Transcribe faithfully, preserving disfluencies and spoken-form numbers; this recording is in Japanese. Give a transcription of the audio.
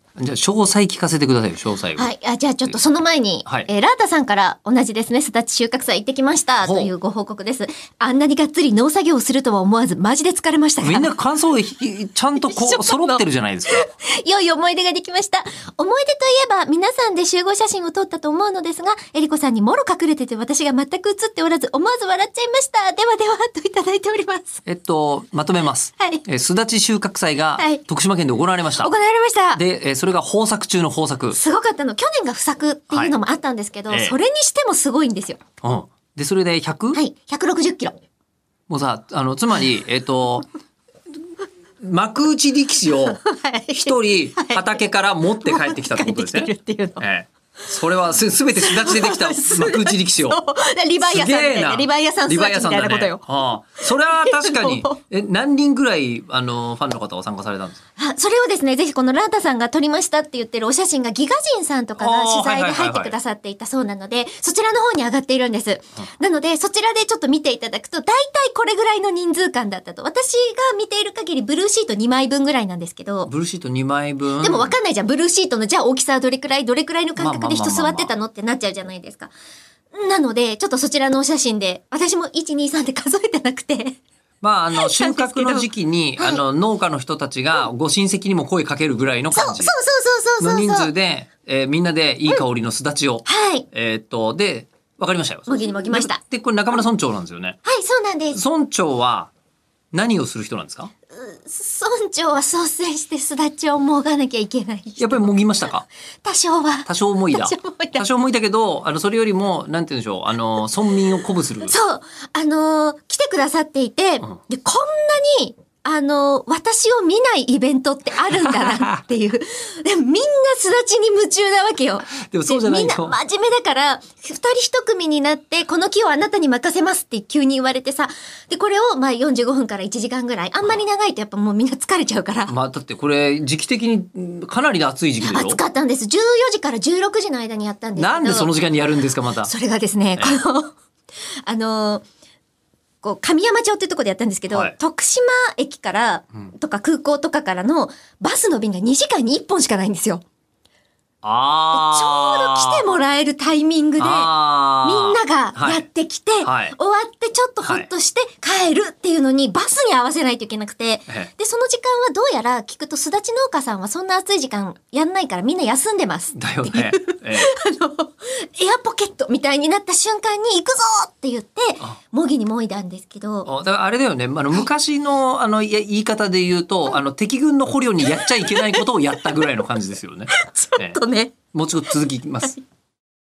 じゃあ詳細聞かせてくださいよ、詳細を。 はい。あ、じゃあちょっとその前に、 はいえーラータさんから同じですね、すだち収穫祭行ってきましたほうというご報告です。あんなにがっつり農作業をするとは思わず、マジで疲れましたから。 みんな感想がひちゃんとこう揃ってるじゃないですか。 良い思い出ができました。思い出といえば、皆さんで集合写真を撮ったと思うのですが、えりこさんにもろ隠れてて私が全く写っておらず、思わず笑っちゃいました。ではでは、といただいております。 えっと、まとめます。 はいえーすだち収穫祭がはい徳島県で行われました。 行われました。 で、えーそれが豊作中の豊作。 すごかったの。去年が不作っていうのもあったんですけど、 はいええそれにしてもすごいんですよ。 うん。で、それで ひゃく？ はい。ひゃくろくじゅっキロ。 もうさ、あの、つまり、えっと、幕内力士を一人畑から持って帰ってきたってことですね。 帰ってきてるっていうの。 ええ。それはす、すべてすだちでできた幕内力士を。 そうリヴァイアさんみたいな。リヴァイアさんすだちみたいなことよ。 はあ、それは確かに。え、何人ぐらい、あの、ファンの方は参加されたんですか？ あそれをですね、ぜひこのラータさんが撮りましたって言ってるお写真がギガ人さんとかが取材で入ってくださっていたそうなので、そちらの方に上がっているんです。なので、そちらでちょっと見ていただくと、大体これぐらいの人数感だったと。私が見ている限りブルーシートにまいぶんぐらいなんですけど、 ブルーシートにまいぶん。 でもわかんないじゃん。ブルーシートの、じゃあ大きさはどれくらい、どれくらいの間隔で人座ってたのってなっちゃうじゃないですか。なので、ちょっとそちらのお写真で、私もいち、に、さんって数えてなくて。 まあ、あの、収穫の時期に、 はいあの、農家の人たちがご親戚にも声かけるぐらいのそう、 感じそうそうそうそうそう。 の人数で、えーみんなでいい香りのすだちを、 はい。 えーっと、で、わかりましたよ。 もぎにもぎました。 で、これ中村村長なんですよね。 はい、そうなんです。 村長は何をする人なんですか？ 村長は率先してすだちをもがなきゃいけない人。 やっぱりもぎましたか？ 多少は。 多少もいだ。 多少もいだ多少もいだけど、あの、それよりも、なんて言うんでしょう、あの、村民を鼓舞する。 そう。あのー来てくださっていて、 んで、こんなに、あのー私を見ないイベントってあるんだなっていう。でみんなすだちに夢中なわけよ。 でもそうじゃないとでみんな真面目だから、二人一組になって、この木をあなたに任せますって急に言われてさ。で、これをまあよんじゅうごふんからいちじかんぐらい。あんまり長いとやっぱもうみんな疲れちゃうから。 まあ、だってこれ、時期的にうんかなり暑い時期でしょ？ 暑かったんです。じゅうよじからじゅうろくじの間にやったんですけど。 なんでその時間にやるんですか、また。 それがですね、この、あのーこう、神山町っていうところでやったんですけど、 はい徳島駅から、とか空港とかからのバスの便がにじかんにいっぽんしかないんですよ。ちょうどああ。 来てもらえるタイミングで、みんあーながやってきて、 はいはい終わってちょっとほっとして帰るっていうのにバスに合わせないといけなくて、 ええで、その時間はどうやら聞くとすだち農家さんはそんな暑い時間やんないからみんな休んでます。 だよね。ええあの、エアポケットみたいになった瞬間に行くぞって言って、もぎにもいだんですけど、 あだからあれだよね。あの、昔の、あの、いや言い方で言うと、あの、敵軍の捕虜にやっちゃいけないことをやったぐらいの感じですよね。 ちょっとね、 ええもうちょっと続きます。